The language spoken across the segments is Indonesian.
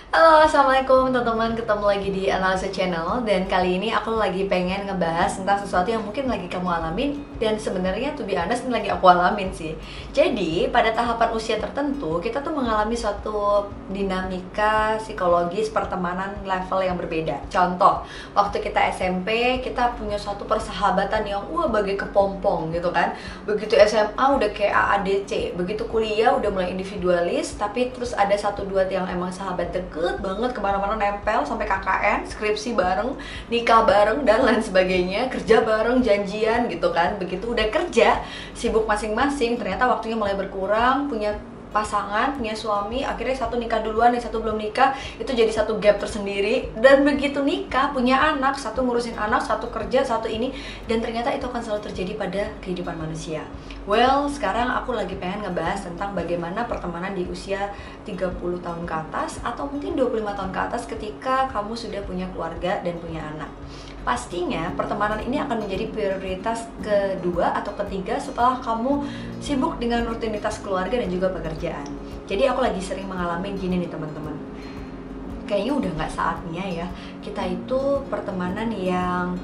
Halo, assalamualaikum teman-teman, ketemu lagi di Analisa Channel. Dan kali ini aku lagi pengen ngebahas tentang sesuatu yang mungkin lagi kamu alamin. Dan sebenarnya to be honest, ini lagi aku alamin sih. Jadi, pada tahapan usia tertentu, kita tuh mengalami suatu dinamika psikologis pertemanan level yang berbeda. Contoh, waktu kita SMP, kita punya suatu persahabatan yang bagai kepompong gitu kan. Begitu SMA udah kayak AADC, begitu kuliah udah mulai individualis, tapi terus ada satu dua yang emang sahabat deket banget, kemana-mana nempel sampai KKN, skripsi bareng, nikah bareng, dan lain sebagainya, kerja bareng, janjian gitu kan. Begitu udah kerja, sibuk masing-masing, ternyata waktunya mulai berkurang, punya pasangan, punya suami, akhirnya satu nikah duluan, yang satu belum nikah, itu jadi satu gap tersendiri. Dan begitu nikah, punya anak, satu ngurusin anak, satu kerja, satu ini, dan ternyata itu akan selalu terjadi pada kehidupan manusia. Well, sekarang aku lagi pengen ngebahas tentang bagaimana pertemanan di usia 30 tahun ke atas, atau mungkin 25 tahun ke atas ketika kamu sudah punya keluarga dan punya anak. Pastinya pertemanan ini akan menjadi prioritas kedua atau ketiga setelah kamu sibuk dengan rutinitas keluarga dan juga pekerjaan. Jadi aku lagi sering mengalami gini nih teman-teman. Kayaknya udah nggak saatnya ya kita itu pertemanan yang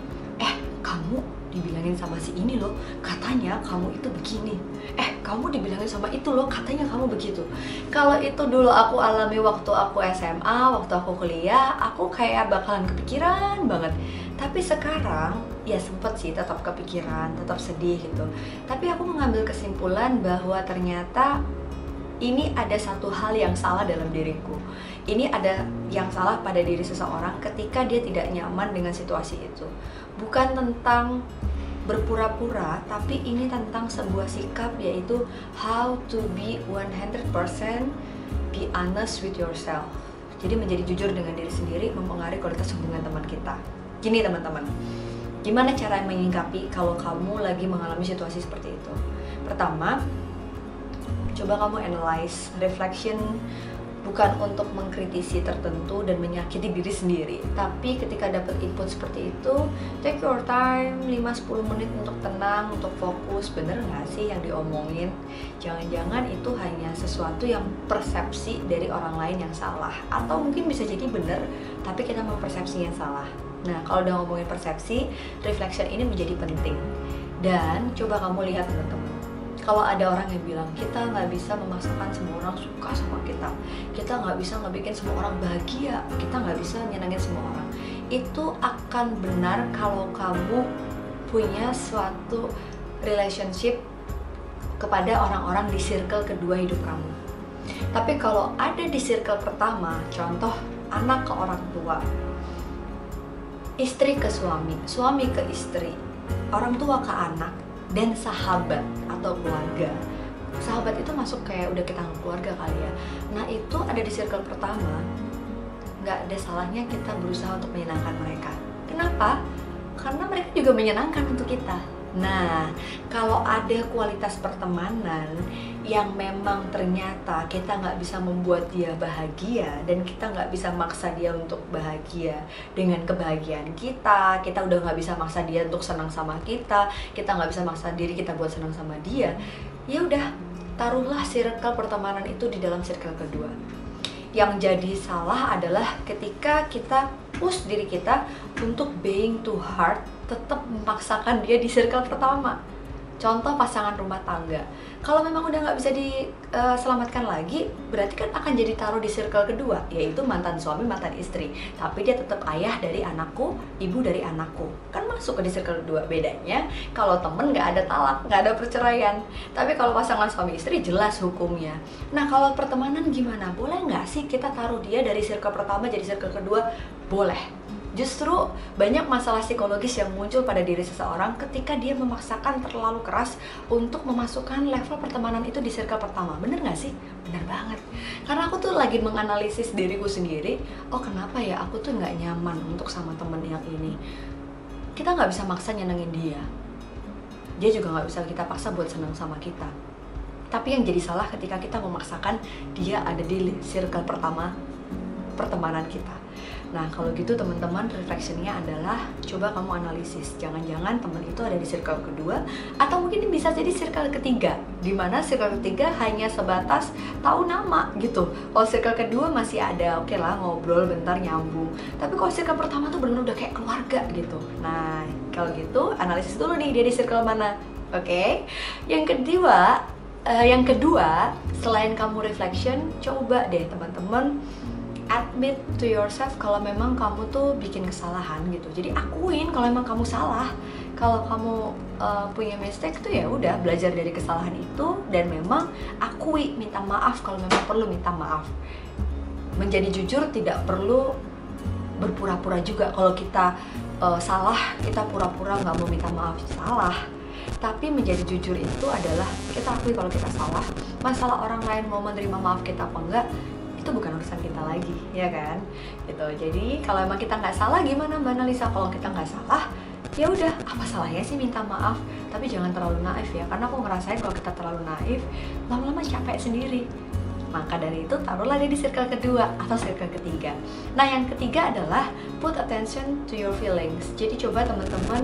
kamu dibilangin sama si ini loh, katanya kamu itu begini. Kamu dibilangin sama itu loh, katanya kamu begitu. Kalau itu dulu aku alami waktu aku SMA, waktu aku kuliah, aku kayak bakalan kepikiran banget. Tapi sekarang ya sempet sih tetap kepikiran, tetap sedih gitu. Tapi aku mengambil kesimpulan bahwa ternyata ini ada satu hal yang salah dalam diriku. Ini ada yang salah pada diri seseorang ketika dia tidak nyaman dengan situasi itu. Bukan tentang berpura-pura, tapi ini tentang sebuah sikap, yaitu how to be 100% be honest with yourself. Jadi menjadi jujur dengan diri sendiri mempengaruhi kualitas hubungan teman kita. Gini teman-teman, gimana cara menyikapi kalau kamu lagi mengalami situasi seperti itu? Pertama, coba kamu analyze, reflection, bukan untuk mengkritisi tertentu dan menyakiti diri sendiri. Tapi ketika dapat input seperti itu, take your time 5-10 menit untuk tenang, untuk fokus. Bener gak sih yang diomongin? Jangan-jangan itu hanya sesuatu yang persepsi dari orang lain yang salah. Atau mungkin bisa jadi bener, tapi kita mempersepsi yang salah. Nah, kalau udah ngomongin persepsi, reflection ini menjadi penting. Dan coba kamu lihat teman-teman, kalau ada orang yang bilang kita nggak bisa memaksakan semua orang suka sama kita nggak bisa ngebikin semua orang bahagia, kita nggak bisa nyenangin semua orang, itu akan benar kalau kamu punya suatu relationship kepada orang-orang di circle kedua hidup kamu. Tapi kalau ada di circle pertama, contoh anak ke orang tua, istri ke suami, suami ke istri, orang tua ke anak, dan sahabat atau keluarga. Sahabat itu masuk kayak udah kita anggap keluarga kali ya. Nah itu ada di circle pertama, nggak ada salahnya kita berusaha untuk menyenangkan mereka. Kenapa? Karena mereka juga menyenangkan untuk kita. Nah, kalau ada kualitas pertemanan yang memang ternyata kita nggak bisa membuat dia bahagia dan kita nggak bisa maksa dia untuk bahagia dengan kebahagiaan kita udah nggak bisa maksa dia untuk senang sama kita nggak bisa maksa diri kita buat senang sama dia, ya udah taruhlah circle pertemanan itu di dalam circle kedua. Yang jadi salah adalah ketika kita push diri kita untuk being too hard, tetap memaksakan dia di circle pertama. Contoh pasangan rumah tangga, kalau memang udah nggak bisa diselamatkan lagi, berarti kan akan jadi taruh di circle kedua, yaitu mantan suami, mantan istri. Tapi dia tetap ayah dari anakku, ibu dari anakku, kan masuk ke di circle kedua. Bedanya kalau temen nggak ada talak, nggak ada perceraian. Tapi kalau pasangan suami istri jelas hukumnya. Nah kalau pertemanan gimana? Boleh nggak sih kita taruh dia dari circle pertama jadi circle kedua? Boleh. Justru banyak masalah psikologis yang muncul pada diri seseorang ketika dia memaksakan terlalu keras untuk memasukkan level pertemanan itu di circle pertama. Bener gak sih? Bener banget. Karena aku tuh lagi menganalisis diriku sendiri. Oh kenapa ya aku tuh gak nyaman untuk sama temen yang ini. Kita gak bisa maksa nyenengin dia, dia juga gak bisa kita paksa buat senang sama kita. Tapi yang jadi salah ketika kita memaksakan dia ada di circle pertama pertemanan kita. Nah kalau gitu teman-teman, reflectionnya adalah coba kamu analisis, jangan-jangan teman itu ada di circle kedua atau mungkin bisa jadi circle ketiga, dimana circle ketiga hanya sebatas tahu nama gitu. Kalau circle kedua masih ada oke lah, ngobrol bentar nyambung, tapi kalau circle pertama tuh bener-bener udah kayak keluarga gitu. Nah kalau gitu analisis dulu nih dia di circle mana. Oke. Yang kedua selain kamu reflection, coba deh teman-teman admit to yourself kalau memang kamu tuh bikin kesalahan gitu. Jadi akuin kalau memang kamu salah. Kalau kamu punya mistake tuh ya udah belajar dari kesalahan itu dan memang akui, minta maaf kalau memang perlu minta maaf. Menjadi jujur tidak perlu berpura-pura juga. Kalau kita salah, kita pura-pura nggak mau minta maaf, salah. Tapi menjadi jujur itu adalah kita akui kalau kita salah. Masalah orang lain mau menerima maaf kita apa enggak, itu bukan urusan kita lagi, ya kan? Gitu. Jadi kalau emang kita nggak salah, gimana Mbak Analisa? Kalau kita nggak salah, ya udah, apa salahnya sih minta maaf? Tapi jangan terlalu naif ya, karena aku ngerasain kalau kita terlalu naif, lama-lama capek sendiri. Maka dari itu taruhlah dia di circle kedua atau circle ketiga. Nah yang ketiga adalah put attention to your feelings. Jadi coba teman-teman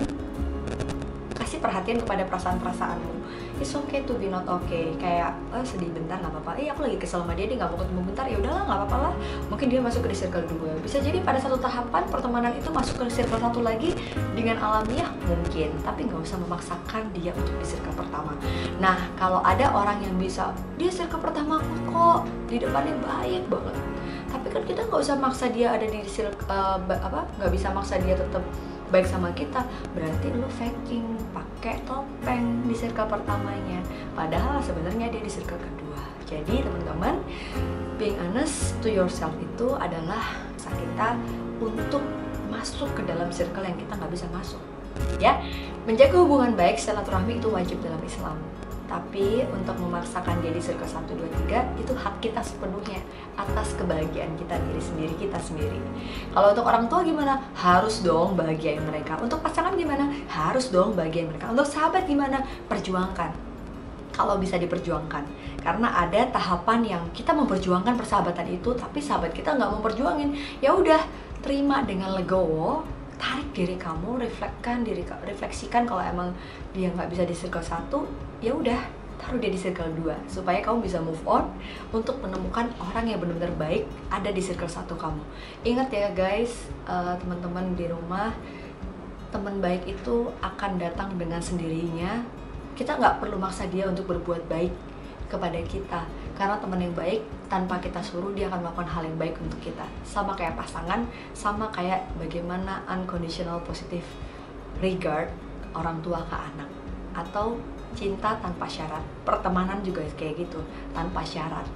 kasih perhatian kepada perasaan-perasaanmu. It's okay to be not okay. Kayak sedih bentar nggak apa-apa. Aku lagi kesel sama dia nggak mau ketemu bentar, ya udahlah nggak apa-apa lah. Mungkin dia masuk ke di circle 2. Bisa jadi pada satu tahapan pertemanan itu masuk ke circle 1 lagi dengan alamiah mungkin, tapi nggak usah memaksakan dia untuk di circle pertama. Nah kalau ada orang yang bisa dia circle pertama kok, di depannya baik banget, tapi kan kita nggak usah maksa dia ada di circle nggak bisa maksa dia tetap baik sama kita, berarti lu faking pakai topeng di circle pertamanya, padahal sebenarnya dia di circle kedua. Jadi teman-teman, being honest to yourself itu adalah usaha kita untuk masuk ke dalam circle yang kita nggak bisa masuk. Ya, menjaga hubungan baik silaturahmi itu wajib dalam Islam. Tapi untuk memaksakan dia di circle 1, 2, 3 itu hak kita sepenuhnya atas kebahagiaan kita sendiri. Kalau untuk orang tua gimana? Harus dong bahagiain mereka. Untuk pasangan gimana? Harus dong bahagiain mereka. Untuk sahabat gimana? Perjuangkan. Kalau bisa diperjuangkan. Karena ada tahapan yang kita memperjuangkan persahabatan itu, tapi sahabat kita nggak memperjuangin. Ya udah, terima dengan legowo. Tarik diri kamu, refleksikan kalau emang dia nggak bisa di circle 1, ya udah taruh dia di circle 2 supaya kamu bisa move on untuk menemukan orang yang benar-benar baik ada di circle 1 kamu. Ingat ya guys, teman-teman di rumah, teman baik itu akan datang dengan sendirinya. Kita nggak perlu maksa dia untuk berbuat baik kepada kita, karena teman yang baik tanpa kita suruh dia akan melakukan hal yang baik untuk kita. Sama kayak pasangan, sama kayak bagaimana unconditional positive regard orang tua ke anak, atau cinta tanpa syarat. Pertemanan juga kayak gitu, tanpa syarat.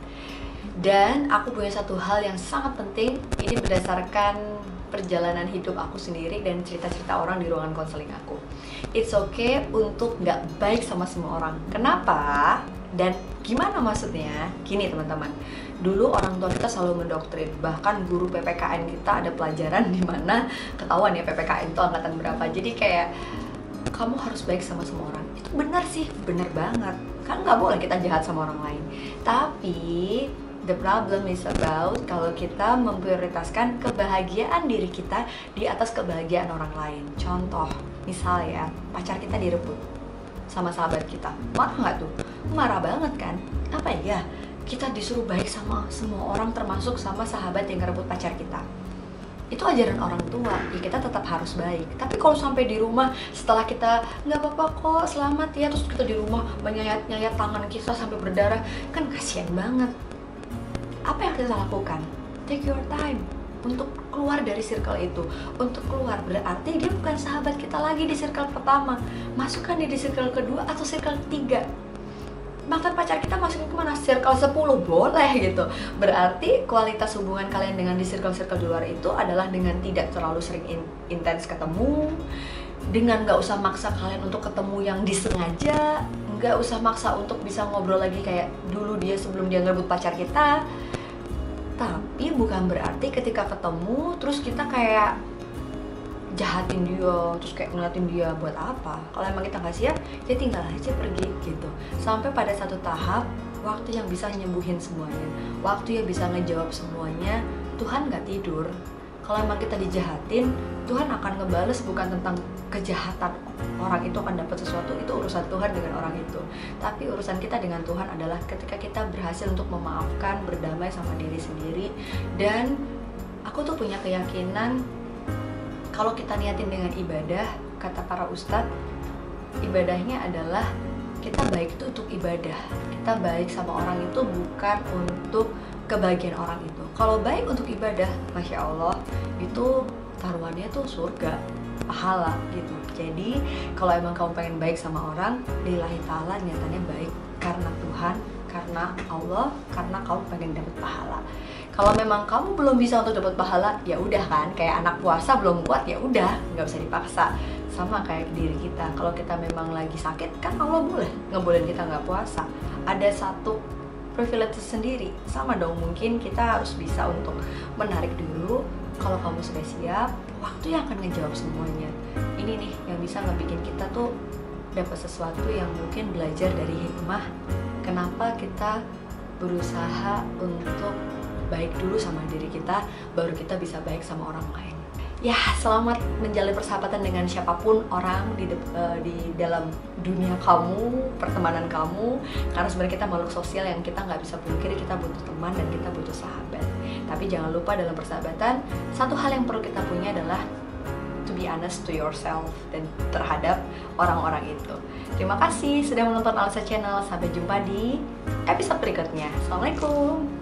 Dan aku punya satu hal yang sangat penting, ini berdasarkan perjalanan hidup aku sendiri dan cerita-cerita orang di ruangan konseling aku. It's okay untuk nggak baik sama semua orang. Kenapa? Dan gimana maksudnya? Gini teman-teman, dulu orang tua kita selalu mendoktrin, bahkan guru PPKN kita ada pelajaran di mana ketahuan ya PPKN itu angkatan berapa. Jadi kayak kamu harus baik sama semua orang. Itu benar sih, benar banget. Kan nggak boleh kita jahat sama orang lain. Tapi the problem is about kalau kita memprioritaskan kebahagiaan diri kita di atas kebahagiaan orang lain. Contoh, misal ya, pacar kita direbut sama sahabat kita, marah nggak tuh? Marah banget kan? Apa ya? Kita disuruh baik sama semua orang termasuk sama sahabat yang ngerebut pacar kita. Itu ajaran orang tua, ya kita tetap harus baik. Tapi kalau sampai di rumah setelah kita nggak apa-apa kok, selamat ya, terus kita di rumah menyayat-nyayat tangan kita sampai berdarah, kan kasihan banget. Apa yang kita lakukan? Take your time untuk keluar dari circle itu. Untuk keluar berarti dia bukan sahabat kita lagi di circle pertama. Masukkan dia di circle kedua atau circle ketiga. Mantan pacar kita masukin kemana? Circle 10 boleh gitu. Berarti kualitas hubungan kalian dengan di circle-circle di luar itu adalah dengan tidak terlalu sering intens ketemu, dengan gak usah maksa kalian untuk ketemu yang disengaja, gak usah maksa untuk bisa ngobrol lagi kayak dulu dia sebelum dia ngerebut pacar kita. Tapi bukan berarti ketika ketemu terus kita kayak jahatin dia, terus kayak ngeliatin dia buat apa. Kalau emang kita nggak siap, ya tinggal aja pergi gitu. Sampai pada satu tahap, waktu yang bisa nyembuhin semuanya, waktu yang bisa ngejawab semuanya. Tuhan nggak tidur. Kalau emang kita dijahatin, Tuhan akan ngebales bukan tentang kejahatan orang itu akan dapat sesuatu, itu urusan Tuhan dengan orang itu. Tapi urusan kita dengan Tuhan adalah ketika kita berhasil untuk memaafkan, berdamai sama diri sendiri. Dan aku tuh punya keyakinan kalau kita niatin dengan ibadah, kata para ustadz, ibadahnya adalah kita baik itu untuk ibadah. Kita baik sama orang itu bukan untuk kebahagiaan orang itu. Kalau baik untuk ibadah, Masya Allah, itu taruhannya tuh surga, pahala gitu. Jadi kalau emang kamu pengen baik sama orang, lillahi ta'ala niatannya baik karena Tuhan, karena Allah, karena kamu pengen dapat pahala. Kalau memang kamu belum bisa untuk dapat pahala, ya udah kan, kayak anak puasa belum kuat, ya udah, nggak usah dipaksa. Sama kayak diri kita, kalau kita memang lagi sakit, kan Allah boleh ngebolehin kita nggak puasa. Ada satu privilege sendiri, sama dong, mungkin kita harus bisa untuk menarik dulu. Kalau kamu sudah siap, waktu yang akan ngejawab semuanya. Ini nih yang bisa ngebikin kita tuh dapat sesuatu yang mungkin belajar dari hikmah. Kenapa kita berusaha untuk baik dulu sama diri kita, baru kita bisa baik sama orang lain. Ya, selamat menjalin persahabatan dengan siapapun orang di dalam dunia kamu, pertemanan kamu. Karena sebenarnya kita makhluk sosial yang kita nggak bisa pungkiri, kita butuh teman dan kita butuh sahabat. Tapi jangan lupa dalam persahabatan, satu hal yang perlu kita punya adalah to be honest to yourself dan terhadap orang-orang itu. Terima kasih sudah menonton Alisa Channel. Sampai jumpa di episode berikutnya. Assalamualaikum.